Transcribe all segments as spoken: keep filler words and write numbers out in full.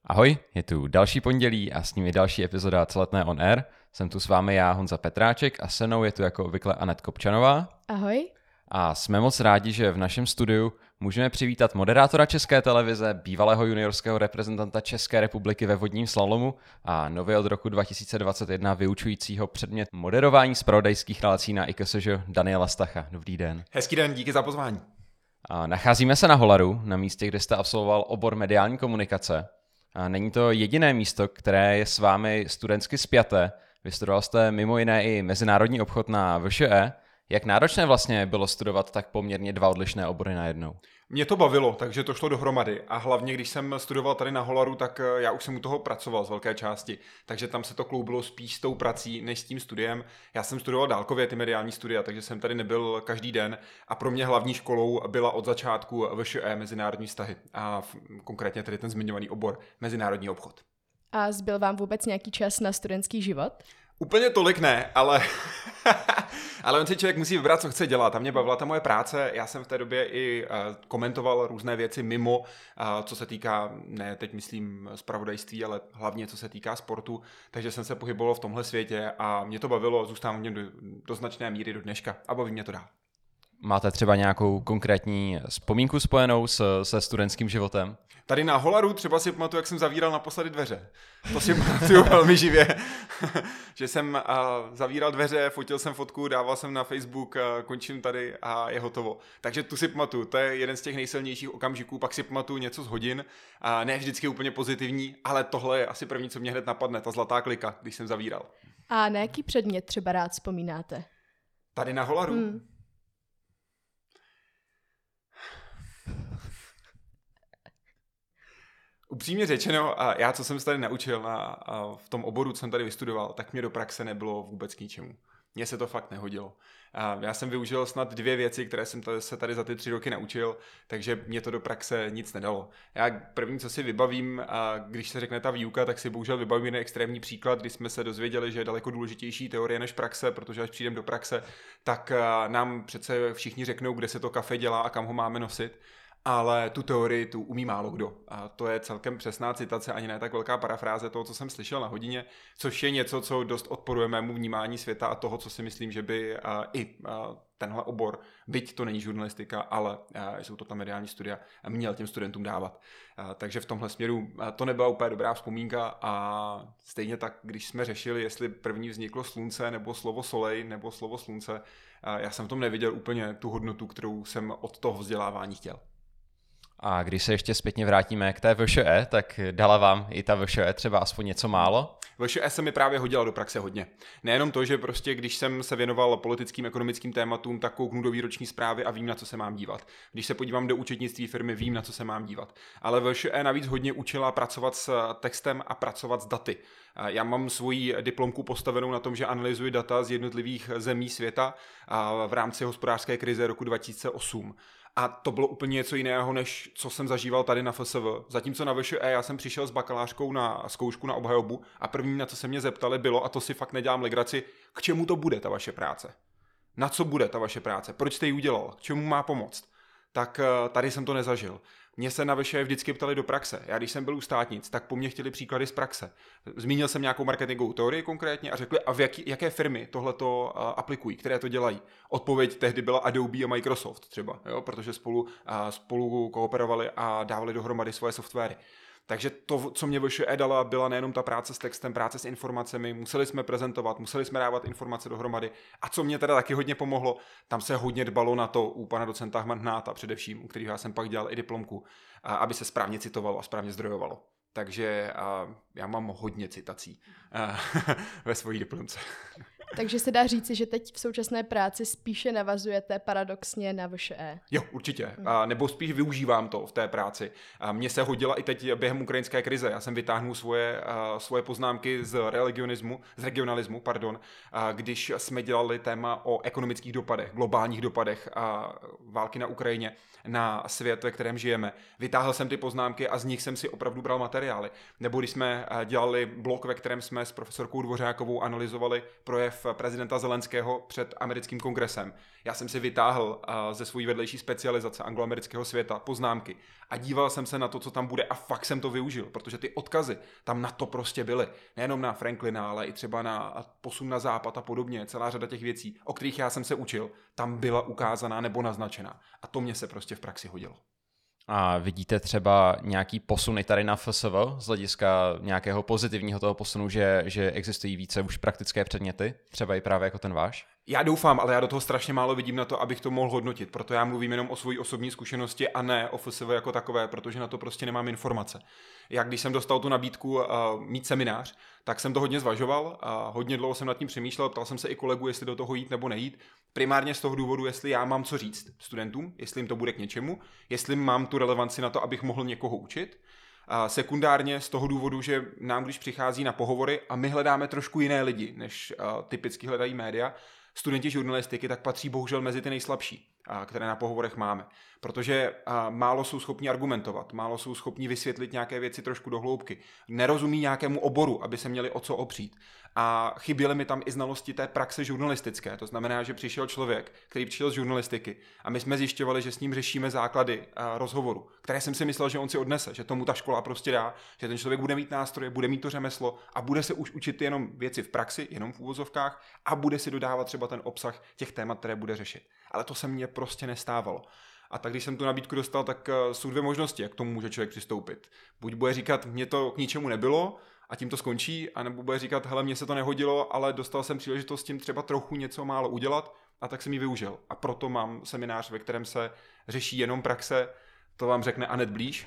Ahoj, je tu další pondělí a s ním je další epizoda Celetné on air. Jsem tu s vámi já, Honza Petráček, a se mnou je tu jako obvykle Anet Kopčanová. Ahoj. A jsme moc rádi, že v našem studiu můžeme přivítat moderátora České televize, bývalého juniorského reprezentanta České republiky ve vodním slalomu a nově od roku dva tisíce dvacet jedna vyučujícího předmět moderování zpravodajských relací na I K S Ž Daniela Stacha. Dobrý den. Hezký den, díky za pozvání. A nacházíme se na Holaru, na místě, kde jste absolvoval obor mediální komunikace. A není to jediné místo, které je s vámi studentsky spjaté. Vystudoval jste mimo jiné i mezinárodní obchod na V Š E. Jak náročné vlastně bylo studovat tak poměrně dva odlišné obory najednou? Mě to bavilo, takže to šlo dohromady. A hlavně, když jsem studoval tady na Holaru, tak já už jsem u toho pracoval z velké části. Takže tam se to kloubilo spíš s tou prací, než s tím studiem. Já jsem studoval dálkově ty mediální studia, takže jsem tady nebyl každý den. A pro mě hlavní školou byla od začátku V Š E, mezinárodní vztahy. A konkrétně tedy ten zmiňovaný obor, mezinárodní obchod. A zbyl vám vůbec nějaký čas na studentský život? Úplně tolik ne, ale, ale on si člověk musí vybrat, co chce dělat. A mě bavila ta moje práce. Já jsem v té době i uh, komentoval různé věci mimo, uh, co se týká, ne teď myslím zpravodajství, ale hlavně co se týká sportu. Takže jsem se pohyboval v tomhle světě a mě to bavilo, zůstávám v něm do, do značné míry do dneška a baví mě to dál. Máte třeba nějakou konkrétní vzpomínku spojenou s, se studentským životem? Tady na Holaru třeba si pamatuju, jak jsem zavíral naposledy dveře. To si pamatuju velmi živě, že jsem uh, zavíral dveře, fotil jsem fotku, dával jsem na Facebook, uh, končím tady a je hotovo. Takže tu si pamatuju, to je jeden z těch nejsilnějších okamžiků. Pak si pamatuju něco z hodin, uh, ne vždycky úplně pozitivní, ale tohle je asi první, co mě hned napadne, ta zlatá klika, když jsem zavíral. A na jaký předmět třeba rád vzpomínáte? Tady na Holaru? Hmm. Upřímně řečeno, já, co jsem se tady naučil na, v tom oboru, co jsem tady vystudoval, tak mě do praxe nebylo vůbec k ničemu. Mně se to fakt nehodilo. Já jsem využil snad dvě věci, které jsem tady, se tady za ty tři roky naučil, takže mě to do praxe nic nedalo. Já první, co si vybavím, když se řekne ta výuka, tak si bohužel vybavím jeden extrémní příklad, kdy jsme se dozvěděli, že je daleko důležitější teorie než praxe, protože až přijdeme do praxe, tak nám přece všichni řeknou, kde se to kafe dělá a kam ho máme nosit. Ale tu teorii tu umí málo kdo. A to je celkem přesná citace, ani ne tak velká parafráze toho, co jsem slyšel na hodině, což je něco, co dost odporuje mému vnímání světa a toho, co si myslím, že by a, i a, tenhle obor, byť to není žurnalistika, ale a, jsou to ta mediální studia, měl těm studentům dávat. A, takže v tomhle směru a, to nebyla úplně dobrá vzpomínka a stejně tak, když jsme řešili, jestli první vzniklo slunce, nebo slovo solej, nebo slovo slunce, a, já jsem v tom neviděl úplně tu hodnotu, kterou jsem od toho vzdělávání chtěl. A když se ještě zpětně vrátíme k té V Š E, tak dala vám i ta V Š E třeba aspoň něco málo? V Š E se mi právě hodila do praxe hodně. Nejenom to, že prostě když jsem se věnoval politickým, ekonomickým tématům, tak kouknu do výroční zprávy a vím, na co se mám dívat. Když se podívám do účetnictví firmy, vím, na co se mám dívat. Ale V Š E navíc hodně učila pracovat s textem a pracovat s daty. Já mám svoji diplomku postavenou na tom, že analyzuji data z jednotlivých zemí světa v rámci hospodářské krize roku dva tisíce osm. A to bylo úplně něco jiného, než co jsem zažíval tady na F S V. Zatímco na V Š E já jsem přišel s bakalářkou na zkoušku na obhajobu a první, na co se mě zeptali, bylo, a to si fakt nedělám legraci, k čemu to bude ta vaše práce? Na co bude ta vaše práce? Proč jste ji udělal? K čemu má pomoct? Tak tady jsem to nezažil. Mě se na V Š E vždycky ptali do praxe. Já když jsem byl u státnic, tak po mně chtěli příklady z praxe. Zmínil jsem nějakou marketingovou teorii konkrétně a řekli, a v jaký, jaké firmy tohleto uh, aplikují, které to dělají. Odpověď tehdy byla Adobe a Microsoft třeba, jo, protože spolu, uh, spolu kooperovali a dávali dohromady svoje softwary. Takže to, co mě V Š E dala, byla nejenom ta práce s textem, práce s informacemi, museli jsme prezentovat, museli jsme dávat informace dohromady. A co mě teda taky hodně pomohlo, tam se hodně dbalo na to u pana docenta Hmantnáta především, u kterého já jsem pak dělal i diplomku, aby se správně citovalo a správně zdrojovalo. Takže já mám hodně citací ve své diplomce. Takže se dá říci, že teď v současné práci spíše navazujete paradoxně na V Š E. Jo, určitě. A nebo spíš využívám to v té práci. A mně se hodila i teď během ukrajinské krize. Já jsem vytáhnul svoje, uh, svoje poznámky z religionismu, z regionalismu, pardon, uh, když jsme dělali téma o ekonomických dopadech, globálních dopadech a války na Ukrajině na svět, ve kterém žijeme. Vytáhl jsem ty poznámky a z nich jsem si opravdu bral materiály. Nebo když jsme dělali blog, ve kterém jsme s profesorkou Dvořákovou analyzovali projev projev prezidenta Zelenského před americkým kongresem. Já jsem si vytáhl uh, ze své vedlejší specializace angloamerického světa poznámky a díval jsem se na to, co tam bude a fakt jsem to využil, protože ty odkazy tam na to prostě byly. Nejenom na Franklina, ale i třeba na posun na západ a podobně. Celá řada těch věcí, o kterých já jsem se učil, tam byla ukázaná nebo naznačená. A to mě se prostě v praxi hodilo. A vidíte třeba nějaký posuny tady na F S V z hlediska nějakého pozitivního toho posunu, že, že existují více už praktické předměty, třeba i právě jako ten váš? Já doufám, ale já do toho strašně málo vidím na to, abych to mohl hodnotit. Proto já mluvím jenom o své osobní zkušenosti a ne o F S V jako takové, protože na to prostě nemám informace. Já když jsem dostal tu nabídku uh, mít seminář, tak jsem to hodně zvažoval a hodně dlouho jsem nad tím přemýšlel, ptal jsem se i kolegu, jestli do toho jít nebo nejít. Primárně z toho důvodu, jestli já mám co říct studentům, jestli jim to bude k něčemu, jestli mám tu relevanci na to, abych mohl někoho učit. A sekundárně z toho důvodu, že nám, když přichází na pohovory a my hledáme trošku jiné lidi, než uh, typicky hledají média, studenti žurnalistiky, tak patří bohužel mezi ty nejslabší, které na pohovorech máme. Protože málo jsou schopni argumentovat, málo jsou schopni vysvětlit nějaké věci trošku do hloubky. Nerozumí nějakému oboru, aby se měli o co opřít. A chyběly mi tam i znalosti té praxe žurnalistické. To znamená, že přišel člověk, který přišel z žurnalistiky a my jsme zjišťovali, že s ním řešíme základy rozhovoru, které jsem si myslel, že on si odnese, že tomu ta škola prostě dá, že ten člověk bude mít nástroje, bude mít to řemeslo a bude se už učit jenom věci v praxi, jenom v úvozovkách a bude si dodávat třeba ten obsah těch témat, které bude řešit. Ale to se mně prostě nestávalo. A tak když jsem tu nabídku dostal, tak jsou dvě možnosti, jak k tomu může člověk přistoupit. Buď bude říkat, mně to k ničemu nebylo a tím to skončí, anebo bude říkat, hele, mně se to nehodilo, ale dostal jsem příležitost s tím třeba trochu něco málo udělat a tak jsem ji využil. A proto mám seminář, ve kterém se řeší jenom praxe, to vám řekne Anet Blíž,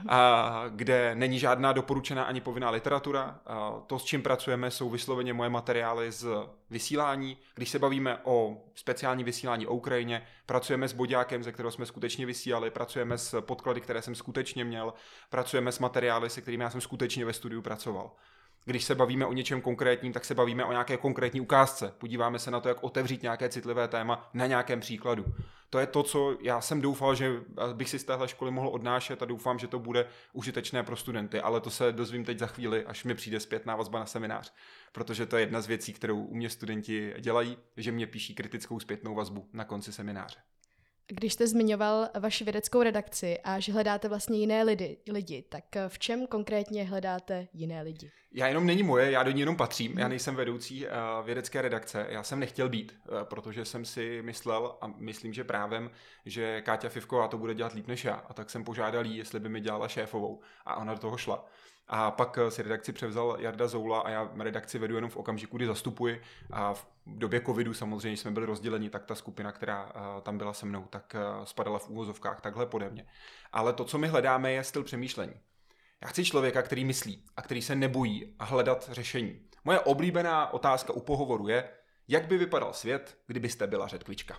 a kde není žádná doporučená ani povinná literatura. A to, s čím pracujeme, jsou vysloveně moje materiály z vysílání. Když se bavíme o speciální vysílání o Ukrajině, pracujeme s boďákem, ze kterého jsme skutečně vysílali, pracujeme s podklady, které jsem skutečně měl, pracujeme s materiály, se kterými já jsem skutečně ve studiu pracoval. Když se bavíme o něčem konkrétním, tak se bavíme o nějaké konkrétní ukázce. Podíváme se na to, jak otevřít nějaké citlivé téma na nějakém příkladu. To je to, co já jsem doufal, že bych si z téhle školy mohl odnášet a doufám, že to bude užitečné pro studenty, ale to se dozvím teď za chvíli, až mi přijde zpětná vazba na seminář, protože to je jedna z věcí, kterou u mě studenti dělají, že mě píší kritickou zpětnou vazbu na konci semináře. Když jste zmiňoval vaši vědeckou redakci a že hledáte vlastně jiné lidi, lidi, tak v čem konkrétně hledáte jiné lidi? Já jenom není moje, já do ní jenom patřím, já nejsem vedoucí vědecké redakce, já jsem nechtěl být, protože jsem si myslel a myslím, že právem, že Káťa Fivková to bude dělat líp než já, a tak jsem požádal jí, jestli by mi dělala šéfovou a ona do toho šla. A pak si redakci převzal Jarda Zoula a já redakci vedu jenom v okamžiku, kdy zastupuji a v době covidu samozřejmě jsme byli rozděleni, tak ta skupina, která tam byla se mnou, tak spadala v úvozovkách takhle pode mě. Ale to, co my hledáme, je styl přemýšlení. Já chci člověka, který myslí a který se nebojí a hledat řešení. Moje oblíbená otázka u pohovoru je, jak by vypadal svět, kdybyste byla řetkvička.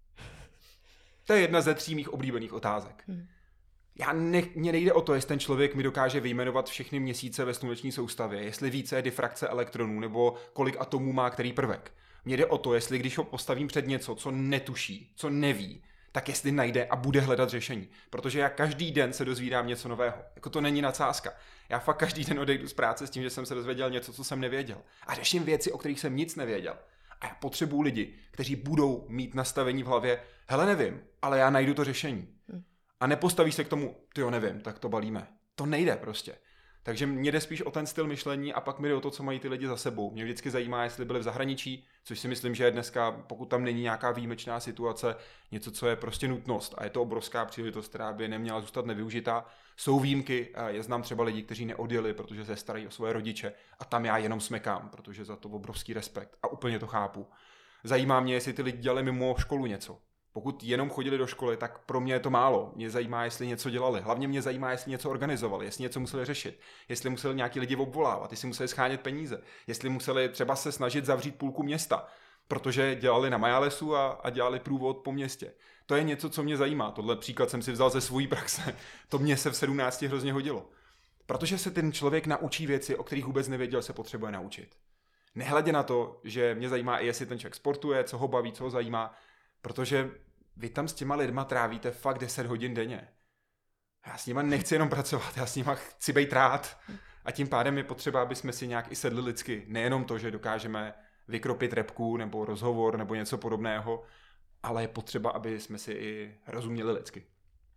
To je jedna ze tří mých oblíbených otázek. Hmm. Já ne, mně nejde o to, jestli ten člověk mi dokáže vyjmenovat všechny měsíce ve sluneční soustavě, jestli více je difrakce elektronů, nebo kolik atomů má který prvek. Mně jde o to, jestli když ho postavím před něco, co netuší, co neví, tak jestli najde a bude hledat řešení. Protože já každý den se dozvídám něco nového. Jako to není nadsázka. Já fakt každý den odejdu z práce s tím, že jsem se dozvěděl něco, co jsem nevěděl. A řeším věci, o kterých jsem nic nevěděl. A já potřebuju lidi, kteří budou mít nastavení v hlavě, hele, nevím, ale já najdu to řešení. A nepostaví se k tomu, tyjo, nevím, tak to balíme. To nejde prostě. Takže mě jde spíš o ten styl myšlení a pak mi jde o to, co mají ty lidi za sebou. Mě vždycky zajímá, jestli byli v zahraničí, což si myslím, že je dneska, pokud tam není nějaká výjimečná situace, něco, co je prostě nutnost a je to obrovská příležitost, která by neměla zůstat nevyužitá. Jsou výjimky, já znám třeba lidi, kteří neodjeli, protože se starají o svoje rodiče a tam já jenom smekám, protože za to obrovský respekt a úplně to chápu. Zajímá mě, jestli ty lidi dělali mimo školu něco. Pokud jenom chodili do školy, tak pro mě je to málo. Mě zajímá, jestli něco dělali. Hlavně mě zajímá, jestli něco organizovali, jestli něco museli řešit, jestli museli nějaký lidi obvolávat, jestli museli schánět peníze, jestli museli třeba se snažit zavřít půlku města, protože dělali na Majalesu a, a dělali průvod po městě. To je něco, co mě zajímá. Tohle příklad jsem si vzal ze svojí praxe. To mě se v sedmnácti hrozně hodilo. Protože se ten člověk naučí věci, o kterých vůbec nevěděl, se potřebuje naučit. Nehledě na to, že mě zajímá i jestli ten člověk sportuje, co ho baví, co ho zajímá. Protože vy tam s těma lidma trávíte fakt deset hodin denně. Já s nima nechci jenom pracovat, já s nima chci být rád. A tím pádem je potřeba, aby jsme si nějak i sedli lidsky. Nejenom to, že dokážeme vykropit repku nebo rozhovor nebo něco podobného, ale je potřeba, aby jsme si i rozuměli lidsky.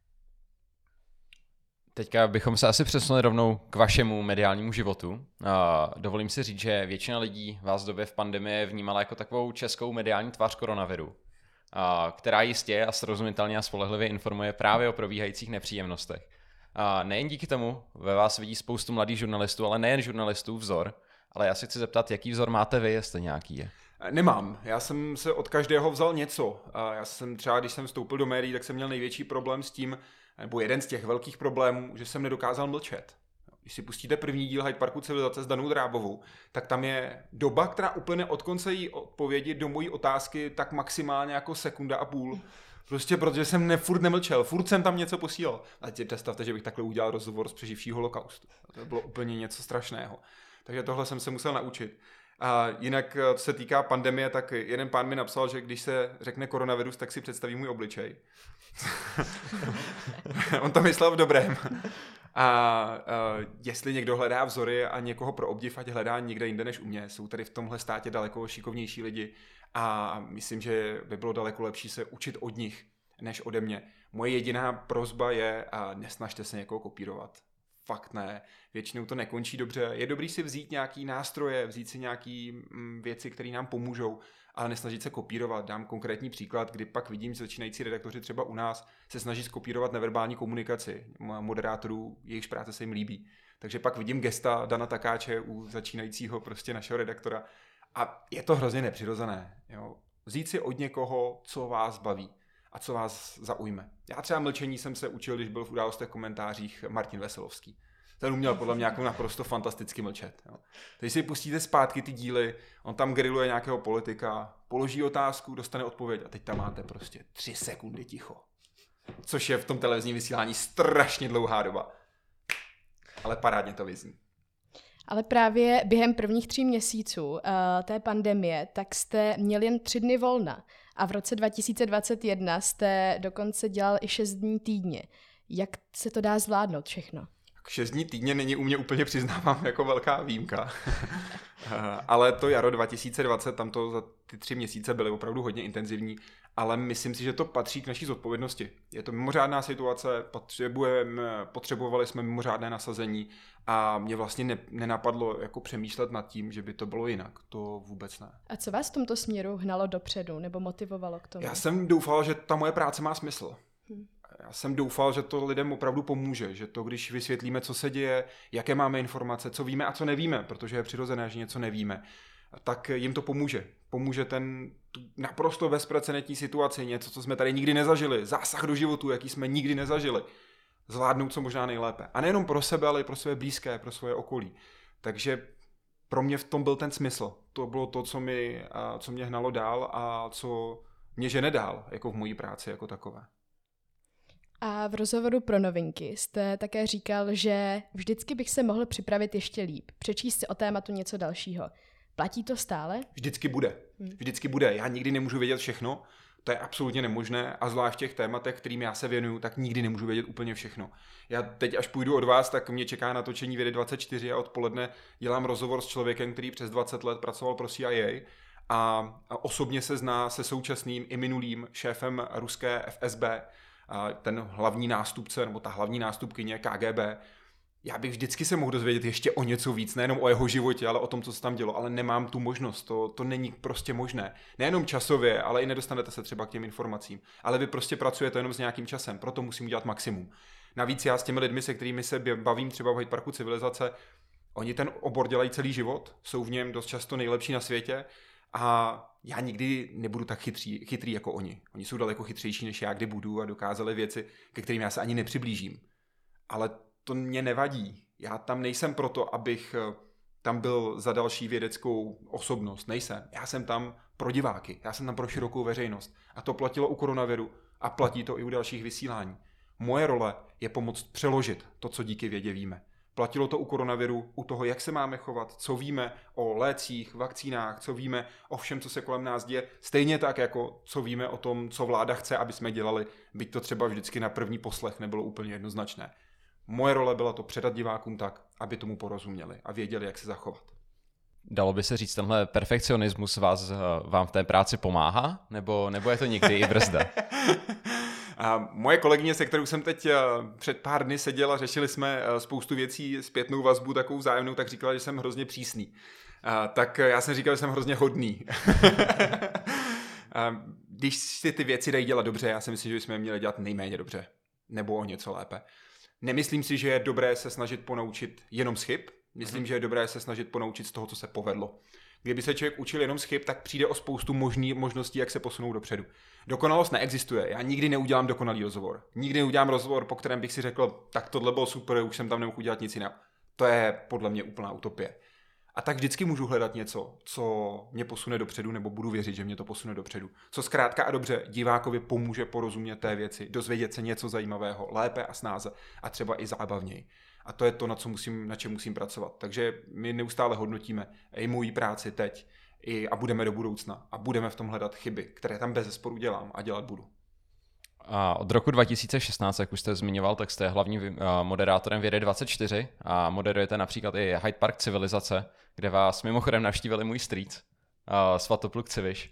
Teďka bychom se asi přesunuli rovnou k vašemu mediálnímu životu. Dovolím si říct, že většina lidí vás v době v pandemii vnímala jako takovou českou mediální tvář koronaviru, která jistě a srozumitelně a spolehlivě informuje právě o probíhajících nepříjemnostech. Nejen díky tomu ve vás vidí spoustu mladých žurnalistů, ale nejen žurnalistů vzor, ale já si chci zeptat, jaký vzor máte vy, jestli nějaký je? Nemám. Já jsem se od každého vzal něco. Já jsem třeba, když jsem vstoupil do médií, tak jsem měl největší problém s tím, nebo jeden z těch velkých problémů, že jsem nedokázal mlčet. Když si pustíte první díl Hyde Parku civilizace s Danou Drábovou, tak tam je doba, která úplně od konce jí odpovědi do mojí otázky tak maximálně jako sekunda a půl. Prostě protože jsem ne, furt nemlčel, furt jsem tam něco posílal. A teď představte, že bych takhle udělal rozhovor z přeživšího holokaustu. To bylo úplně něco strašného. Takže tohle jsem se musel naučit. A jinak, co se týká pandemie, tak jeden pán mi napsal, že když se řekne koronavirus, tak si představí můj obličej. On to myslel v dobrém. A, a jestli někdo hledá vzory a někoho pro obdiv, ať hledá někde jinde než u mě, jsou tady v tomhle státě daleko šikovnější lidi a myslím, že by bylo daleko lepší se učit od nich, než ode mě. Moje jediná prosba je, a nesnažte se někoho kopírovat. Fakt ne. Většinou to nekončí dobře. Je dobrý si vzít nějaký nástroje, vzít si nějaký mm, věci, které nám pomůžou, ale nesnažit se kopírovat. Dám konkrétní příklad, kdy pak vidím, že začínající redaktoři třeba u nás se snaží skopírovat neverbální komunikaci moderátorů, jejichž práce se jim líbí. Takže pak vidím gesta Dana Takáče u začínajícího prostě našeho redaktora a je to hrozně nepřirozené. Jo? Vzít si od někoho, co vás baví a co vás zaujme. Já třeba mlčení jsem se učil, když byl v Událostech komentářích Martin Veselovský. Ten uměl podle mě jako naprosto fantasticky mlčet. Jo. Teď si pustíte zpátky ty díly, on tam griluje nějakého politika, položí otázku, dostane odpověď a teď tam máte prostě tři sekundy ticho. Což je v tom televizním vysílání strašně dlouhá doba. Ale parádně to vyzní. Ale právě během prvních tří měsíců uh, té pandemie, tak jste měli jen tři dny volna. A v roce dva tisíce dvacet jedna jste dokonce dělal i šest dní týdně. Jak se to dá zvládnout všechno? Šest dní týdně není u mě úplně, přiznávám, jako velká výjimka. Ale to jaro dva tisíce dvacet, tam to za ty tři měsíce byly opravdu hodně intenzivní, ale myslím si, že to patří k naší zodpovědnosti. Je to mimořádná situace, potřebujeme, potřebovali jsme mimořádné nasazení a mě vlastně ne, nenapadlo jako přemýšlet nad tím, že by to bylo jinak. To vůbec ne. A co vás v tomto směru hnalo dopředu nebo motivovalo k tomu? Já jsem doufal, že ta moje práce má smysl. Hmm. Já jsem doufal, že to lidem opravdu pomůže, že to, když vysvětlíme, co se děje, jaké máme informace, co víme a co nevíme, protože je přirozené, že něco nevíme, tak jim to pomůže. Pomůže ten naprosto bezprecedentní situaci, něco, co jsme tady nikdy nezažili, zásah do životu, jaký jsme nikdy nezažili, zvládnout co možná nejlépe. A nejenom pro sebe, ale i pro své blízké, pro svoje okolí. Takže pro mě v tom byl ten smysl. To bylo to, co, mi, co mě hnalo dál a co mě žene dál, jako v mojí práci jako takové. A v rozhovoru pro Novinky jste také říkal, že vždycky bych se mohl připravit ještě líp, přečíst si o tématu něco dalšího. Platí to stále? Vždycky bude. Vždycky bude. Já nikdy nemůžu vědět všechno, to je absolutně nemožné a zvlášť v těch tématech, kterým já se věnuju, tak nikdy nemůžu vědět úplně všechno. Já teď, až půjdu od vás, tak mě čeká natočení Vědy dvacet čtyři a odpoledne dělám rozhovor s člověkem, který přes dvacet let pracoval pro C I A a, a osobně se zná se současným i minulým šéfem ruské F S B, ten hlavní nástupce, nebo ta hlavní nástupkyně K G B. Já bych vždycky se mohl dozvědět ještě o něco víc, nejenom o jeho životě, ale o tom, co se tam dělo, ale nemám tu možnost, to, to není prostě možné. Nejenom časově, ale i nedostanete se třeba k těm informacím, ale vy prostě pracujete jenom s nějakým časem, proto musím udělat maximum. Navíc já s těmi lidmi, se kterými se bavím třeba v Hyde Parku civilizace, oni ten obor dělají celý život, jsou v něm dost často nejlepší na světě a já nikdy nebudu tak chytrý, chytrý jako oni. Oni jsou daleko chytřejší než já, kdy budu a dokázali věci, ke kterým já se ani nepřiblížím. Ale to mě nevadí. Já tam nejsem proto, abych tam byl za další vědeckou osobnost. Nejsem. Já jsem tam pro diváky. Já jsem tam pro širokou veřejnost. A to platilo u koronaviru a platí to i u dalších vysílání. Moje role je pomoct přeložit to, co díky vědě víme. Platilo to u koronaviru, u toho, jak se máme chovat, co víme o lécích, vakcínách, co víme o všem, co se kolem nás děje, stejně tak, jako co víme o tom, co vláda chce, aby jsme dělali, byť to třeba vždycky na první poslech nebylo úplně jednoznačné. Moje role byla to předat divákům tak, aby tomu porozuměli a věděli, jak se zachovat. Dalo by se říct, tenhle perfekcionismus vás, vám v té práci pomáhá? Nebo, nebo je to někdy i brzda? A moje kolegyně, se kterou jsem teď před pár dny seděl a řešili jsme spoustu věcí, zpětnou vazbu takovou vzájemnou, tak říkala, že jsem hrozně přísný. A tak já jsem říkal, že jsem hrozně hodný. A když si ty věci dají dělat dobře, já si myslím, že bychom je měli dělat nejméně dobře. Nebo o něco lépe. Nemyslím si, že je dobré se snažit ponaučit jenom z chyb. Myslím, že je dobré se snažit ponaučit z toho, co se povedlo. Kdyby se člověk učil jenom z chyb, tak přijde o spoustu možný, možností, jak se posunout dopředu. Dokonalost neexistuje. Já nikdy neudělám dokonalý rozhovor. Nikdy neudělám rozhovor, po kterém bych si řekl, tak tohle bylo super, už jsem tam nemohl udělat nic jiného. To je podle mě úplná utopie. A tak vždycky můžu hledat něco, co mě posune dopředu, nebo budu věřit, že mě to posune dopředu. Co zkrátka a dobře divákovi pomůže porozumět té věci, dozvědět se něco zajímavého, lépe a snáze a třeba i zábavněji. A to je to, na, co musím, na čem musím pracovat. Takže my neustále hodnotíme i moji práci teď i, a budeme do budoucna. A budeme v tom hledat chyby, které tam bezesporu dělám a dělat budu. A od roku dva tisíce šestnáct, jak už jste zmiňoval, tak jste hlavním moderátorem Vědy dvacet čtyři a moderujete například i Hyde Park Civilizace, kde vás mimochodem navštívili můj strýc, Svatopluk Civiš.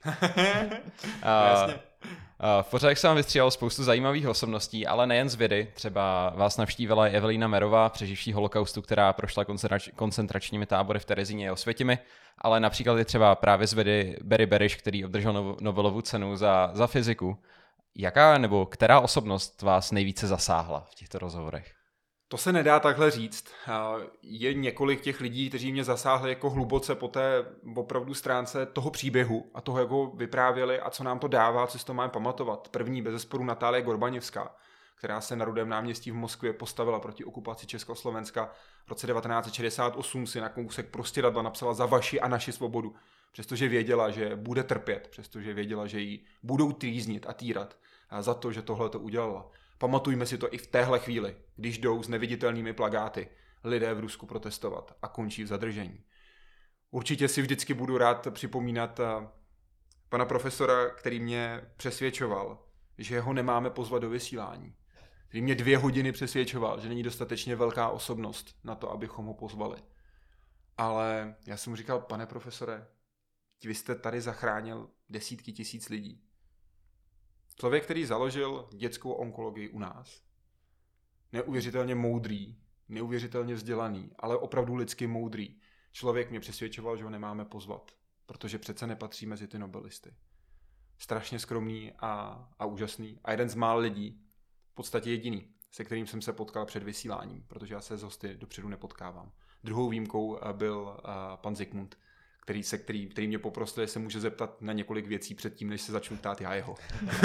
Jasně. V pořadech se vám vystřídalo spoustu zajímavých osobností, ale nejen z vědy. Třeba vás navštívila Evelína Merová, přeživší holokaustu, která prošla koncentrač- koncentračními tábory v Terezíně a Osvětimi, ale například i třeba právě z vědy Barry Barish, který obdržel no- Nobelovu cenu za, za fyziku. Jaká nebo která osobnost vás nejvíce zasáhla v těchto rozhovorech? To se nedá takhle říct. Je několik těch lidí, kteří mě zasáhli jako hluboce po té opravdu stránce toho příběhu a toho, jak ho vyprávěli a co nám to dává, co si to máme pamatovat. První bezesporu Natálie Gorbaněvská, která se na Rudém náměstí v Moskvě postavila proti okupaci Československa. V roce devatenáct set šedesát osm si na kousek prostěradla napsala za vaši a naši svobodu. Přestože věděla, že bude trpět, přestože věděla, že ji budou trýznit a týrat za to, že tohle to udělala. Pamatujme si to i v téhle chvíli, když jdou s neviditelnými plakáty lidé v Rusku protestovat a končí v zadržení. Určitě si vždycky budu rád připomínat pana profesora, který mě přesvědčoval, že ho nemáme pozvat do vysílání. Který mě dvě hodiny přesvědčoval, že není dostatečně velká osobnost na to, abychom ho pozvali. Ale já jsem mu říkal, pane profesore, vy jste tady zachránil desítky tisíc lidí. Člověk, který založil dětskou onkologii u nás. Neuvěřitelně moudrý, neuvěřitelně vzdělaný, ale opravdu lidsky moudrý. Člověk mě přesvědčoval, že ho nemáme pozvat, protože přece nepatří mezi ty nobelisty. Strašně skromný a, a úžasný. A jeden z mála lidí, v podstatě jediný, se kterým jsem se potkal před vysíláním, protože já se s hosty dopředu nepotkávám. Druhou výjimkou byl uh, pan Zikmund, který, se, který, který mě poprosil, že se může zeptat na několik věcí předtím, než se začnu ptát já jeho.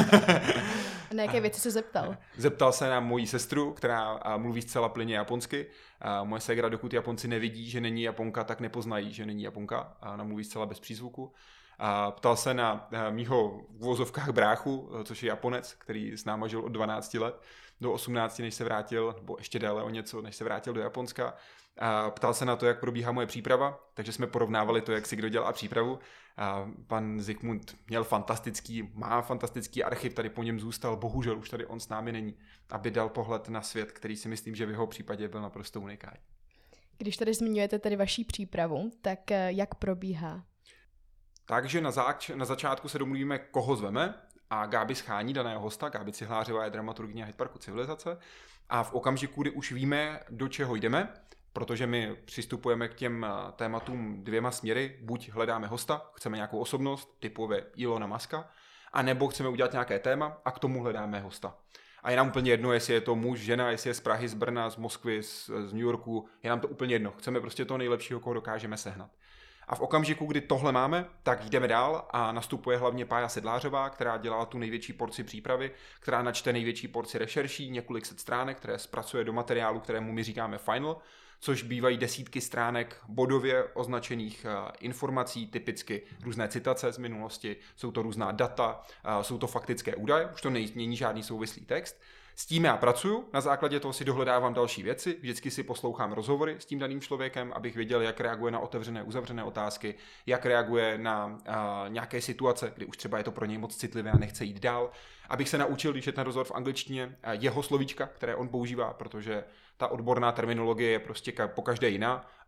Na jaké věci se zeptal? Zeptal se na moji sestru, která mluví zcela plynně japonsky. Moje ségra, dokud Japonci nevidí, že není Japonka, tak nepoznají, že není Japonka. Ona mluví zcela bez přízvuku. Ptal se na mýho v uvozovkách bráchu, což je Japonec, který s náma žil od dvanácti let do osmnácti, než se vrátil, nebo ještě déle o něco, než se vrátil do Japonska. A ptal se na to, jak probíhá moje příprava, takže jsme porovnávali to, jak si kdo dělá přípravu. A pan Zikmund měl fantastický, má fantastický archiv, tady po něm zůstal, bohužel už tady on s námi není, aby dal pohled na svět, který si myslím, že v jeho případě byl naprosto unikátní. Když tady zmiňujete tedy vaší přípravu, tak jak probíhá? Takže na, záč- na začátku se domluvíme, koho zveme, a Gáby schání daného hosta. Gáby Cihlářová je dramaturgyně Hyde Parku Civilizace. A v okamžiku, kdy už víme, do čeho jdeme, protože my přistupujeme k těm tématům dvěma směry, buď hledáme hosta, chceme nějakou osobnost, typově Ilona Muska, anebo chceme udělat nějaké téma a k tomu hledáme hosta. A je nám úplně jedno, jestli je to muž, žena, jestli je z Prahy, z Brna, z Moskvy, z, z New Yorku, je nám to úplně jedno. Chceme prostě toho nejlepšího, koho dokážeme sehnat. A v okamžiku, kdy tohle máme, tak jdeme dál a nastupuje hlavně Pája Sedlářová, která dělá tu největší porci přípravy, která načte největší porci rešerší, několik set stránek, které zpracuje do materiálu, kterému my říkáme final, což bývají desítky stránek bodově označených informací, typicky různé citace z minulosti, jsou to různá data, jsou to faktické údaje, už to není žádný souvislý text. S tím já pracuju, na základě toho si dohledávám další věci, vždycky si poslouchám rozhovory s tím daným člověkem, abych věděl, jak reaguje na otevřené, uzavřené otázky, jak reaguje na uh, nějaké situace, kdy už třeba je to pro něj moc citlivé a nechce jít dál, abych se naučil, když je ten rozhovor v angličtině, uh, jeho slovíčka, které on používá, protože ta odborná terminologie je prostě ka- pokaždé jiná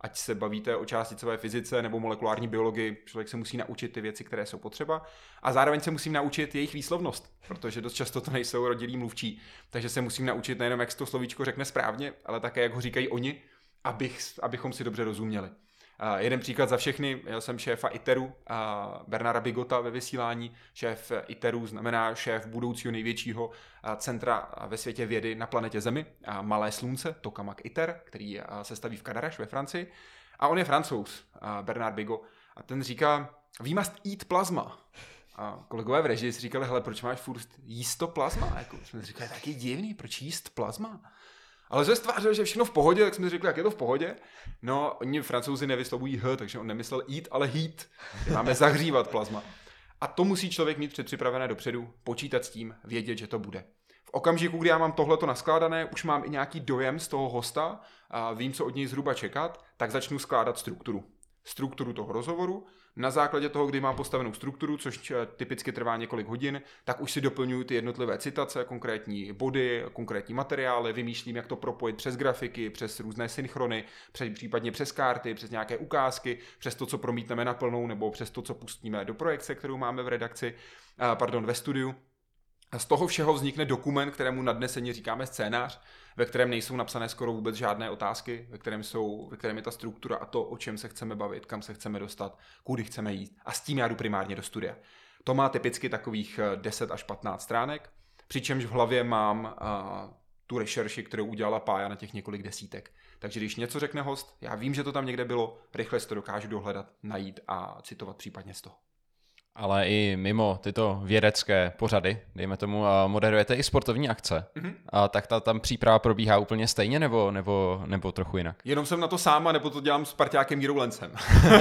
ať se bavíte o částicové fyzice nebo molekulární biologii, člověk se musí naučit ty věci, které jsou potřeba a zároveň se musím naučit jejich výslovnost, protože dost často to nejsou rodilí mluvčí, takže se musím naučit nejenom, jak se to slovíčko řekne správně, ale také, jak ho říkají oni, abych, abychom si dobře rozuměli. Uh, jeden příklad za všechny, já jsem šéfa ITERu, uh, Bernarda Bigota ve vysílání. Šéf ITERu znamená šéf budoucího největšího uh, centra ve světě vědy na planetě Zemi, uh, Malé slunce, Tokamak ITER, který uh, se staví v Cadarache ve Francii. A on je Francouz, uh, Bernard Bigot, a ten říká, we must eat plasma. A kolegové v režii si říkali, hele, proč máš furt jíst to plazma? Jako, jsme říkali, taky divný, proč jíst plazma? Ale že stvářil, že všechno v pohodě, tak jsme řekli, jak je to v pohodě. No, oni Francouzi nevyslovují H, takže on nemyslel eat, ale heat. Máme zahřívat plazma. A to musí člověk mít předpřipravené dopředu, počítat s tím, vědět, že to bude. V okamžiku, kdy já mám tohleto naskládané, už mám i nějaký dojem z toho hosta, a vím, co od něj zhruba čekat, tak začnu skládat strukturu. Strukturu toho rozhovoru. Na základě toho, kdy mám postavenou strukturu, což typicky trvá několik hodin, tak už si doplňuji ty jednotlivé citace, konkrétní body, konkrétní materiály, vymýšlím, jak to propojit přes grafiky, přes různé synchrony, přes, případně přes karty, přes nějaké ukázky, přes to, co promítneme na plnou, nebo přes to, co pustíme do projekce, kterou máme v redakci, pardon, ve studiu. A z toho všeho vznikne dokument, kterému nadneseně říkáme scénář, ve kterém nejsou napsané skoro vůbec žádné otázky, ve kterém, jsou, ve kterém je ta struktura a to, o čem se chceme bavit, kam se chceme dostat, kudy chceme jít. A s tím já jdu primárně do studia. To má typicky takových deset až patnáct stránek, přičemž v hlavě mám uh, tu rešerši, kterou udělala Pája na těch několik desítek. Takže když něco řekne host, já vím, že to tam někde bylo, rychle si to dokážu dohledat, najít a citovat případně z toho. Ale i mimo tyto vědecké pořady, dejme tomu, moderujete i sportovní akce. Mm-hmm. A tak ta tam příprava probíhá úplně stejně nebo, nebo, nebo trochu jinak? Jenom jsem na to sám, nebo to dělám s parťákem Jirou Lencem.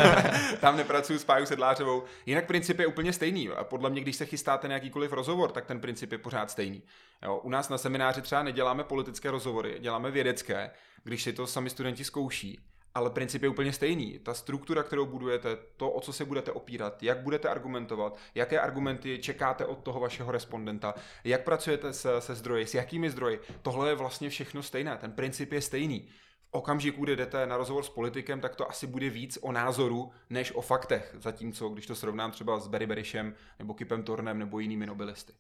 Tam nepracuju s Pájou Sedlářovou. Jinak princip je úplně stejný. A podle mě, když se chystáte na jakýkoliv rozhovor, tak ten princip je pořád stejný. Jo, u nás na semináři třeba neděláme politické rozhovory, děláme vědecké, když si to sami studenti zkouší. Ale princip je úplně stejný. Ta struktura, kterou budujete, to, o co se budete opírat, jak budete argumentovat, jaké argumenty čekáte od toho vašeho respondenta, jak pracujete se, se zdroji, s jakými zdroji, tohle je vlastně všechno stejné. Ten princip je stejný. V okamžiku, kdy jdete na rozhovor s politikem, tak to asi bude víc o názoru, než o faktech. Zatímco, když to srovnám třeba s Barry Berishem, nebo Kipem Thornem, nebo jinými nobelisty.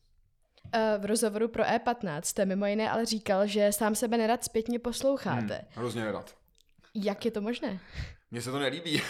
V rozhovoru pro E patnáct jste mimo jiné ale říkal, že sám sebe nerad zpětně posloucháte. Hmm, hrozně nerad. Jak je to možné? Mně se to nelíbí.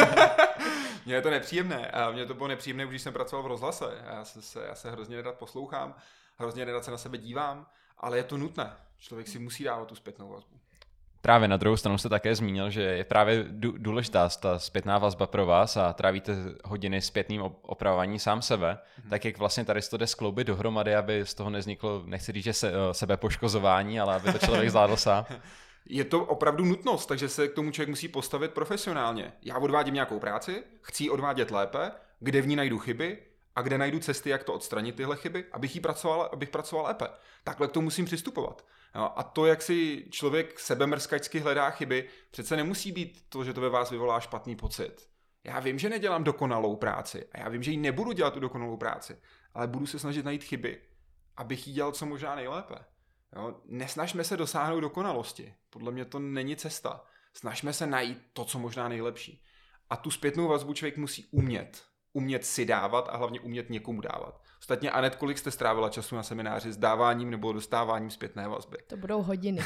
Mně je to nepříjemné. A mně to bylo nepříjemné, když jsem pracoval v rozhlase. Já se, já se hrozně nerad poslouchám, hrozně nerad se na sebe dívám, ale je to nutné. Člověk si musí dávat tu zpětnou vazbu. Právě na druhou stranu jste také zmínil, že je právě důležitá ta zpětná vazba pro vás a trávíte hodiny zpětným opravování sám sebe, mm-hmm. tak jak vlastně tady to jde skloubit dohromady, aby z toho nevzniklo, nechci říct, že se, sebepoškozování, ale aby to člověk zvládl sám. Je to opravdu nutnost, takže se k tomu člověk musí postavit profesionálně. Já odvádím nějakou práci, chci ji odvádět lépe, kde v ní najdu chyby a kde najdu cesty, jak to odstranit tyhle chyby, abych, jí pracoval, abych pracoval lépe. Takhle k tomu musím přistupovat. No, a to, jak si člověk sebemrskačsky hledá chyby, přece nemusí být to, že to ve vás vyvolá špatný pocit. Já vím, že nedělám dokonalou práci a já vím, že ji nebudu dělat tu dokonalou práci, ale budu se snažit najít chyby, abych ji dělal co možná nejlépe. Jo, nesnažme se dosáhnout dokonalosti. Podle mě to není cesta. Snažme se najít to, co možná nejlepší. A tu zpětnou vazbu člověk musí umět. Umět si dávat a hlavně umět někomu dávat. Ostatně, Anet, kolik jste strávila času na semináři s dáváním nebo dostáváním zpětné vazby? To budou hodiny.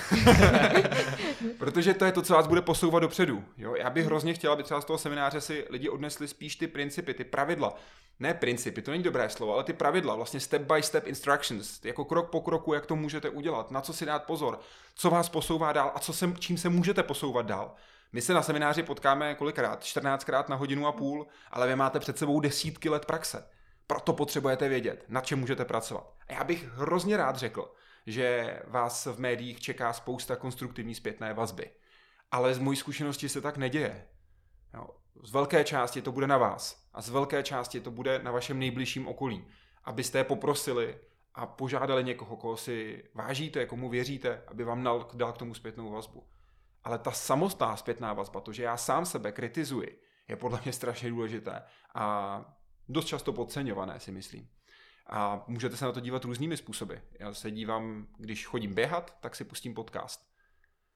Protože to je to, co vás bude posouvat dopředu. Jo? Já bych hrozně chtěla, aby třeba z toho semináře si lidi odnesli spíš ty principy, ty pravidla. Ne principy, to není dobré slovo, ale ty pravidla, vlastně step by step instructions, jako krok po kroku, jak to můžete udělat, na co si dát pozor, co vás posouvá dál a co se, čím se můžete posouvat dál. My se na semináři potkáme kolikrát, čtrnáctkrát na hodinu a půl, ale vy máte před sebou desítky let praxe. Proto potřebujete vědět, na čem můžete pracovat. A já bych hrozně rád řekl, že vás v médiích čeká spousta konstruktivní zpětné vazby. Ale z mojí zkušenosti se tak neděje. Jo. Z velké části to bude na vás a z velké části to bude na vašem nejbližším okolí. Abyste je poprosili a požádali někoho, koho si vážíte, komu věříte, aby vám dal, dal k tomu zpětnou vazbu. Ale ta samostná zpětná vazba, to, že já sám sebe kritizuji, je podle mě strašně důležité a dost často podceňované, si myslím. A můžete se na to dívat různými způsoby. Já se dívám, když chodím běhat, tak si pustím podcast.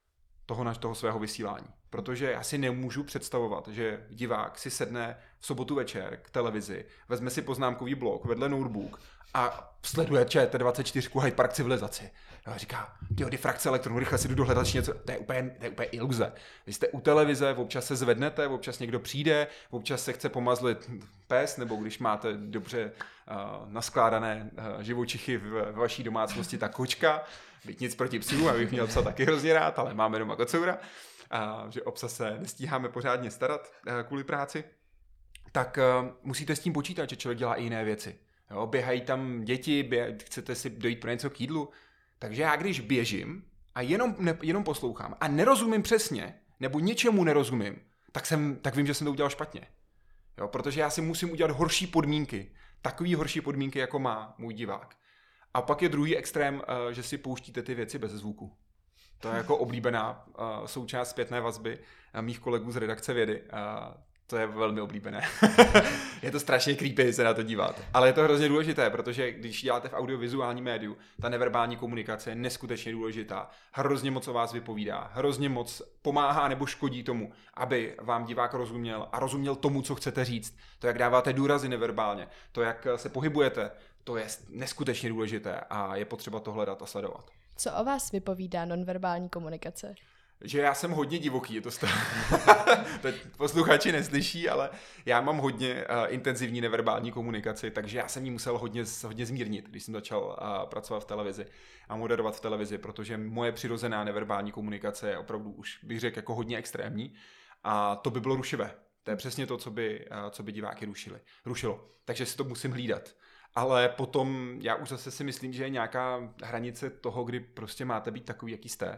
toho, na, toho svého vysílání. Protože já si nemůžu představovat, že divák si sedne v sobotu večer k televizi, vezme si poznámkový blok vedle notebook a sleduje Č T dvacet čtyři Hyde Park civilizaci. A říká, tyjo, difrakce elektronů, rychle si jdu dohledat něco. To je úplně, to je úplně iluze. Vy jste u televize, občas se zvednete, občas někdo přijde, občas se chce pomazlit pes, nebo když máte dobře uh, naskládané uh, živočichy v, v vaší domácnosti, ta kočka. Byť nic proti psům, abych měl psa taky hrozně rád, ale máme doma kocoura. A že o psa se nestíháme pořádně starat uh, kvůli práci. Tak uh, musíte s tím počítat, že člověk dělá i jiné věci. Jo, běhají tam děti, běhají, chcete si dojít pro něco k jídlu. Takže já když běžím a jenom, ne, jenom poslouchám a nerozumím přesně, nebo něčemu nerozumím, tak, jsem, tak vím, že jsem to udělal špatně. Jo, protože já si musím udělat horší podmínky. Takový horší podmínky, jako má můj divák. A pak je druhý extrém, že si pouštíte ty věci bez zvuku. To je jako oblíbená součást zpětné vazby mých kolegů z redakce Vědy. To je velmi oblíbené. Je to strašně creepy se na to dívat. Ale je to hrozně důležité, protože když děláte v audiovizuální médiu, ta neverbální komunikace je neskutečně důležitá. Hrozně moc o vás vypovídá, hrozně moc pomáhá nebo škodí tomu, aby vám divák rozuměl a rozuměl tomu, co chcete říct. To, jak dáváte důrazy neverbálně, to, jak se pohybujete, to je neskutečně důležité a je potřeba to hledat a sledovat. Co o vás vypovídá nonverbální komunikace? Že já jsem hodně divoký, je to stav. To posluchači neslyší, ale já mám hodně uh, intenzivní neverbální komunikaci, takže já jsem ji musel hodně, hodně zmírnit, když jsem začal uh, pracovat v televizi a moderovat v televizi, protože moje přirozená neverbální komunikace je opravdu už, bych řekl, jako hodně extrémní a to by bylo rušivé. To je přesně to, co by, uh, co by diváky rušili, rušilo. Takže si to musím hlídat. Ale potom já už zase si myslím, že je nějaká hranice toho, kdy prostě máte být takový, jaký jste.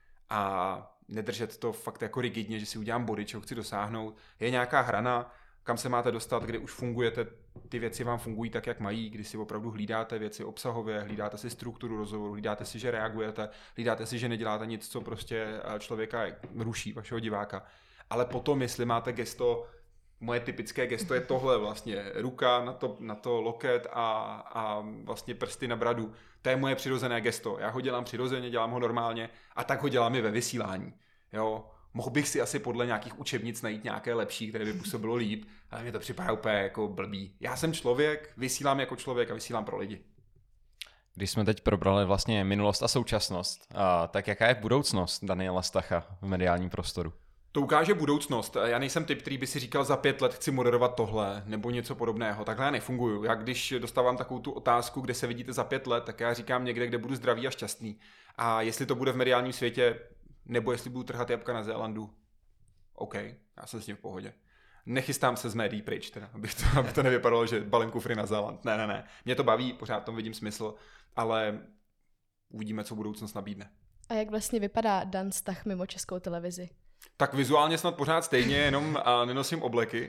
A nedržet to fakt jako rigidně, že si udělám body, čeho chci dosáhnout. Je nějaká hrana, kam se máte dostat, kdy už fungujete, ty věci vám fungují tak, jak mají, kdy si opravdu hlídáte věci obsahově, hlídáte si strukturu rozhovoru, hlídáte si, že reagujete, hlídáte si, že neděláte nic, co prostě člověka ruší, vašeho diváka. Ale potom, jestli máte gesto, moje typické gesto je tohle vlastně, ruka na to, na to loket a, a vlastně prsty na bradu. To je moje přirozené gesto. Já ho dělám přirozeně, dělám ho normálně a tak ho dělám i ve vysílání. Jo? Mohl bych si asi podle nějakých učebnic najít nějaké lepší, které by působilo líp, ale mně to připadá úplně jako blbý. Já jsem člověk, vysílám jako člověk a vysílám pro lidi. Když jsme teď probrali vlastně minulost a současnost, a tak jaká je budoucnost Daniela Stacha v mediálním prostoru? To ukáže budoucnost. Já nejsem typ, který by si říkal za pět let chci moderovat tohle nebo něco podobného. Takhle já nefunguju. Já když dostávám takovou tu otázku, kde se vidíte za pět let, tak já říkám někde, kde budu zdravý a šťastný. A jestli to bude v mediálním světě, nebo jestli budu trhat jabka na Zélandu, OK, já jsem s tím v pohodě. Nechystám se z médií pryč, teda, aby to, aby to nevypadalo, že balím kufry na Zéland. Ne, ne, ne. Mě to baví, pořád tom vidím smysl, ale uvidíme, co budoucnost nabídne. A jak vlastně vypadá Dan Stach mimo Českou televizi? Tak vizuálně snad pořád stejně, jenom a nenosím obleky.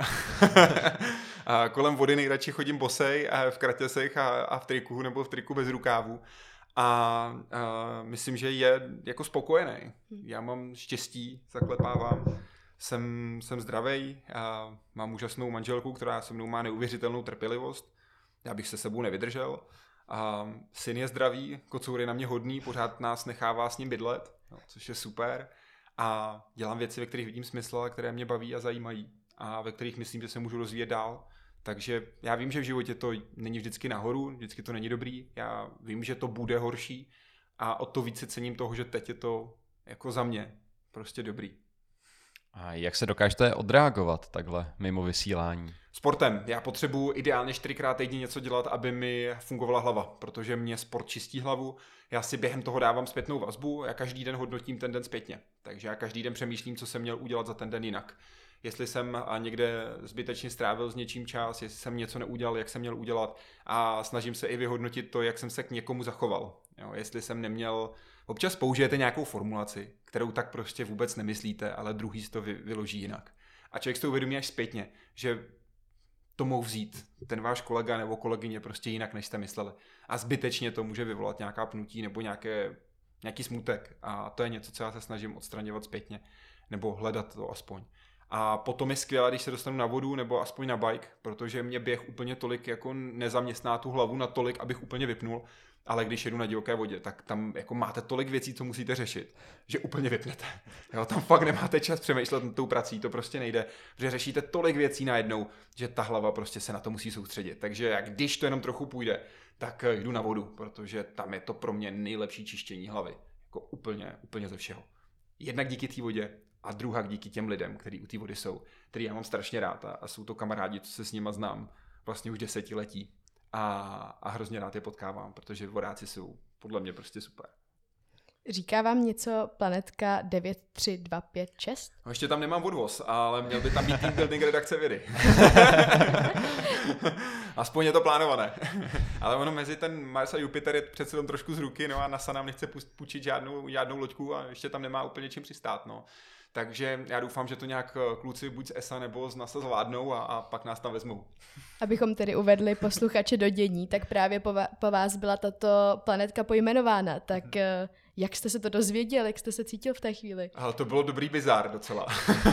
A kolem vody nejradši chodím bosej a v kratěsech a, a v triku nebo v triku bez rukávu. A, a myslím, že je jako spokojený. Já mám štěstí, zaklepávám. Jsem, jsem zdravej, a mám úžasnou manželku, která se mnou má neuvěřitelnou trpělivost. Já bych se sebou nevydržel. A syn je zdravý, kocour je na mě hodný, pořád nás nechává s ním bydlet, no, což je super. A dělám věci, ve kterých vidím smysl a které mě baví a zajímají a ve kterých myslím, že se můžu rozvíjet dál. Takže já vím, že v životě to není vždycky nahoru, vždycky to není dobrý, já vím, že to bude horší a o to více cením toho, že teď je to jako za mě prostě dobrý. A jak se dokážete odreagovat takhle mimo vysílání? Sportem. Já potřebuji ideálně čtyřikrát týdně něco dělat, aby mi fungovala hlava, protože mě sport čistí hlavu. Já si během toho dávám zpětnou vazbu, já každý den hodnotím ten den zpětně. Takže já každý den přemýšlím, co jsem měl udělat za ten den jinak. Jestli jsem někde zbytečně strávil s něčím čas, jestli jsem něco neudělal, jak jsem měl udělat a snažím se i vyhodnotit to, jak jsem se k někomu zachoval. Jo, jestli jsem neměl... Občas použijete nějakou formulaci, kterou tak prostě vůbec nemyslíte, ale druhý si to vyloží jinak. A člověk si to uvědomí až zpětně, že to mohl vzít ten váš kolega nebo kolegyně prostě jinak, než jste mysleli. A zbytečně to může vyvolat nějaká pnutí nebo nějaké, nějaký smutek. A to je něco, co já se snažím odstraňovat zpětně, nebo hledat to aspoň. A potom je skvělé, když se dostanu na vodu nebo aspoň na bike, protože mě běh úplně tolik jako nezaměstná tu hlavu na tolik, abych úplně vypnul. Ale když jedu na divoké vodě, tak tam jako máte tolik věcí, co musíte řešit, že úplně vypnete. Jo, tam fakt nemáte čas přemýšlet nad tou prací, to prostě nejde, protože řešíte tolik věcí najednou, že ta hlava prostě se na to musí soustředit. Takže jak když to jenom trochu půjde, tak jdu na vodu, protože tam je to pro mě nejlepší čištění hlavy. Jako úplně, úplně ze všeho. Jednak díky té vodě a druhá díky těm lidem, kteří u té vody jsou, který já mám strašně rád a, a jsou to kamarádi, co se s nima znám vlastně už desetiletí. A, a hrozně rád je potkávám, protože vodáci jsou podle mě prostě super. Říká vám něco planetka devět tři dva pět šest? No, ještě tam nemám odvoz, ale měl by tam být team building redakce vědy. Aspoň je to plánované. Ale ono mezi ten Mars a Jupiter je přece tam trošku z ruky, no a NASA nám nechce půjčit žádnou, žádnou loďku a ještě tam nemá úplně čím přistát, no. Takže já doufám, že to nějak kluci buď z E S A nebo z NASA zvládnou a, a pak nás tam vezmou. Abychom tedy uvedli posluchače do dění, tak právě po, va- po vás byla tato planetka pojmenována. Tak hmm. jak jste se to dozvěděl, jak jste se cítil v té chvíli? Ale to bylo dobrý bizár docela.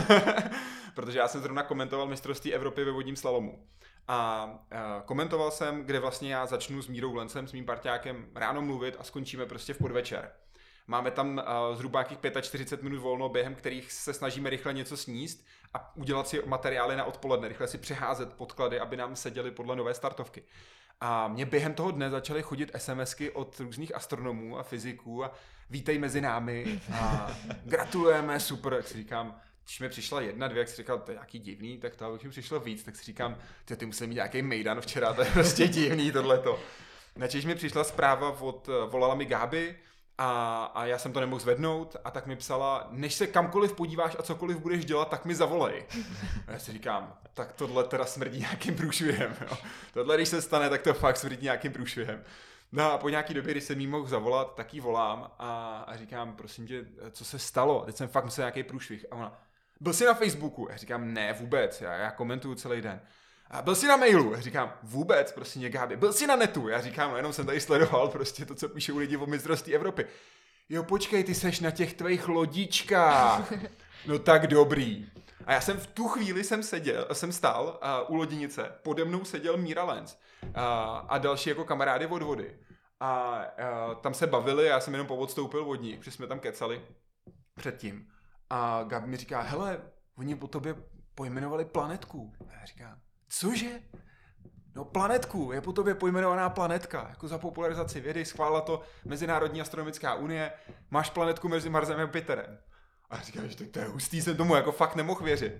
Protože já jsem zrovna komentoval mistrovství Evropy ve vodním slalomu. A, a komentoval jsem, kde vlastně já začnu s Mírou Lencem, s mým parťákem ráno mluvit a skončíme prostě v podvečer. Máme tam uh, zhruba nějakých čtyřicet pět minut volno, během kterých se snažíme rychle něco sníst a udělat si materiály na odpoledne, rychle si přeházet podklady, aby nám seděly podle nové startovky. A mě během toho dne začaly chodit SMSky od různých astronomů a fyziků a vítej mezi námi a gratulujeme, super, jak si říkám, když mi přišla jedna, dvě, jak si říkal, to je nějaký divný, tak to abych mi přišlo víc, tak si říkám, ty, ty musel mít nějaký mejdan včera, to je prostě divný tohleto. Načež mi přišla zpráva od, volala mi Gáby, A, a já jsem to nemohl zvednout a tak mi psala, než se kamkoliv podíváš a cokoliv budeš dělat, tak mi zavolej. A já si říkám, tak tohle teda smrdí nějakým průšvihem. Jo. Tohle, když se stane, tak to fakt smrdí nějakým průšvihem. No a po nějaký době, když jsem jí mohl zavolat, tak jí volám a, a říkám, prosím tě, co se stalo? Teď jsem fakt musel nějaký průšvih. A ona, byl jsi na Facebooku? Já říkám, ne, vůbec, já, já komentuju celý den. A byl jsi na mailu? Já říkám, vůbec, prostě Gáby. Byl jsi na netu? Já říkám, no jenom jsem tady sledoval prostě to, co píše u lidí o mistrovství Evropy. Jo, počkej, ty seš na těch tvých lodičkách. No tak dobrý. A já jsem v tu chvíli jsem seděl, jsem stál uh, u loděnice, pode mnou seděl Míra Lenz uh, a další jako kamarády od vody. A uh, tam se bavili, já jsem jenom poodstoupil od nich, protože jsme tam kecali předtím. A Gabi mi říká, hele, oni po tobě pojmenovali planetku. A já říkám, cože? No planetku, je po tobě pojmenovaná planetka, jako za popularizaci vědy, schválila to Mezinárodní astronomická unie, máš planetku mezi Marsem a Jupiterem. A říkám, že to je hustý, jsem tomu jako fakt nemohl věřit.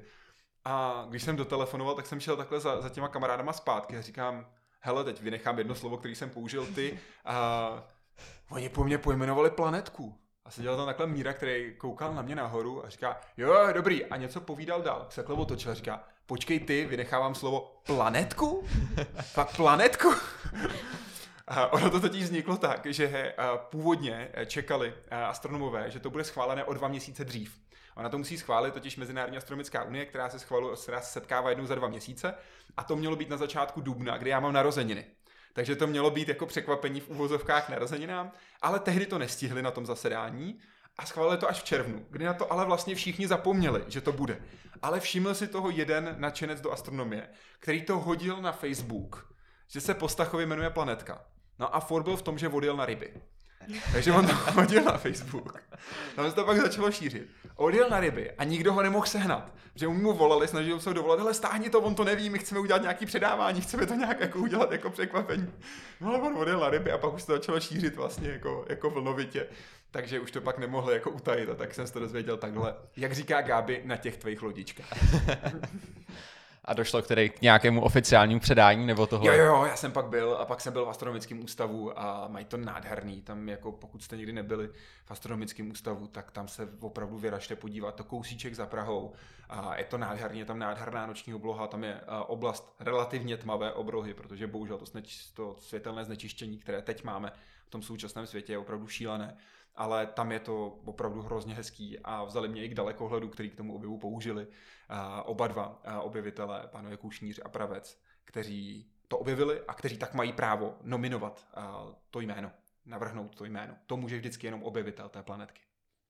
A když jsem dotelefonoval, tak jsem šel takhle za, za těma kamarádama zpátky a říkám, hele, teď vynechám jedno slovo, který jsem použil ty, a oni po mně pojmenovali planetku. A seděl tam takhle Míra, který koukal na mě nahoru a říká, jo, dobrý, a něco povídal dál. Se takhle otočil a říká, počkej ty, vynechávám slovo planetku? Fakt planetku? A ono to totiž vzniklo tak, že původně čekali astronomové, že to bude schválené o dva měsíce dřív. Ona to musí schválit totiž Mezinárodní astronomická unie, která se schvaluje, která se setkává jednou za dva měsíce a to mělo být na začátku dubna, kdy já mám narozeniny. Takže to mělo být jako překvapení v uvozovkách narozeninám, ale tehdy to nestihli na tom zasedání a schválili to až v červnu, kdy na to ale vlastně všichni zapomněli, že to bude. Ale všiml si toho jeden nadšenec do astronomie, který to hodil na Facebook, že se po Stachovi jmenuje Planetka. No a for byl v tom, že odjel na ryby. Takže on to hodil na Facebook. Tam se to pak začalo šířit. Odjel na ryby a nikdo ho nemohl sehnat. Že mu volali, snažili se ho dovolat, hele stáhni to, on to neví, my chceme udělat nějaký předávání, chceme to nějak jako udělat jako překvapení. No ale on odjel na ryby a pak už se to začalo šířit vlastně jako, jako vlnovitě. Takže už to pak nemohli jako utajit a tak jsem se to dozvěděl takhle. Jak říká Gáby, na těch tvých lodičkách. A došlo k, tedy k nějakému oficiálnímu předání nebo tohle? Jo, jo, já jsem pak byl a pak jsem byl v astronomickém ústavu a mají to nádherný. Tam jako pokud jste někdy nebyli v astronomickém ústavu, tak tam se opravdu vyražte podívat, to kousíček za Prahou. A je to nádherný, je tam nádherná noční obloha, tam je oblast relativně tmavé oblohy, protože bohužel to, zneč, to světelné znečištění, které teď máme v tom současném světě, je opravdu šílené. Ale tam je to opravdu hrozně hezký a vzali mě i k dalekohledu, který k tomu objevu použili. A oba dva objevitelé, pánové Kušnýř a Pravec, kteří to objevili a kteří tak mají právo nominovat to jméno, navrhnout to jméno. To může vždycky jenom objevitel té planetky.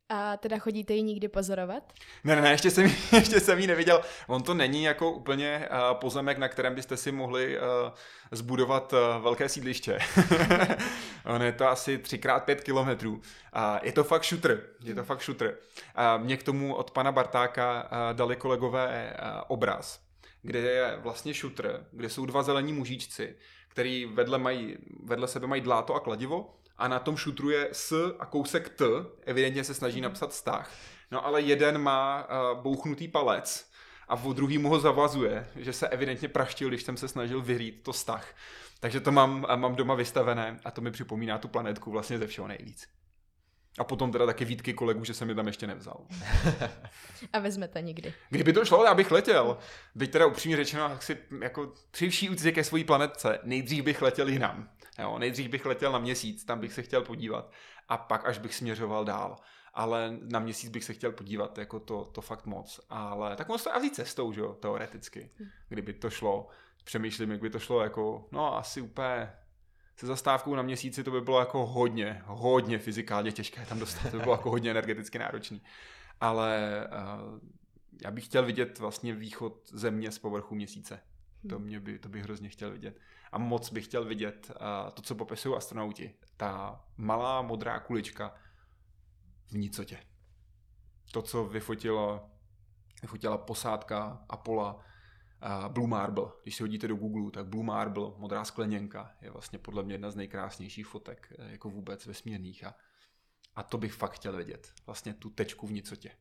A teda chodíte ji nikdy pozorovat? Ne, ne, ne, ještě jsem, ještě jsem ji neviděl. On to není jako úplně uh, pozemek, na kterém byste si mohli uh, zbudovat uh, velké sídliště. On je to asi tři krát pět kilometrů. Uh, je to fakt šutr. Je to fakt šutr. Uh, mě k tomu od pana Bartáka uh, dali kolegové uh, obraz, kde je vlastně šutr, kde jsou dva zelení mužíčci, který vedle, mají, vedle sebe mají dláto a kladivo, a na tom šutru je S a kousek T, evidentně se snaží napsat vztah. No ale jeden má uh, bouchnutý palec a v druhý mu ho zavazuje, že se evidentně praštil, když jsem se snažil vyhrít to vztah. Takže to mám, mám doma vystavené a to mi připomíná tu planetku vlastně ze všeho nejvíc. A potom teda taky výtky kolegů, že jsem je tam ještě nevzal. A vezmete někdy. Kdyby to šlo, já bych letěl. Byť teda upřímně řečeno, si jako při vší úctě ke svojí planetce, nejdřív bych letěl jinam. Jo, nejdřív bych letěl na Měsíc, tam bych se chtěl podívat. A pak až bych směřoval dál. Ale na Měsíc bych se chtěl podívat, jako to, to fakt moc. Ale tak moc to jazdí cestou, že jo, teoreticky. Kdyby to šlo. Přemýšlím, jak by to šlo jako, no asi úplně se zastávkou na Měsíci, to by bylo jako hodně, hodně fyzikálně těžké tam dostat. To by bylo jako hodně energeticky náročný. Ale uh, já bych chtěl vidět vlastně východ Země z povrchu Měsíce. To, mě by, to bych hrozně chtěl vidět. A moc bych chtěl vidět uh, to, co popisují astronauti. Ta malá modrá kulička v nicotě. To, co vyfotila, vyfotila posádka Apollo uh, Blue Marble. Když si hodíte do Google, tak Blue Marble, modrá skleněnka, je vlastně podle mě jedna z nejkrásnějších fotek jako vůbec vesmírných. A, a to bych fakt chtěl vidět. Vlastně tu tečku v nicotě.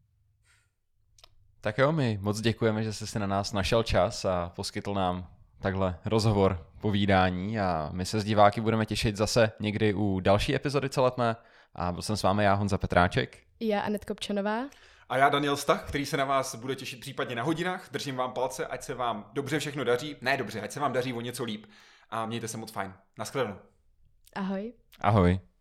Tak jo, my moc děkujeme, že jsi si na nás našel čas a poskytl nám takhle rozhovor, povídání, a my se s diváky budeme těšit zase někdy u další epizody Co letné. A byl jsem s vámi já, Honza Petráček. Já, Anet Kopčanová. A já, Daniel Stach, který se na vás bude těšit případně na hodinách. Držím vám palce, ať se vám dobře všechno daří. Ne dobře, ať se vám daří o něco líp. A mějte se moc fajn. Naschledanou. Ahoj. Ahoj.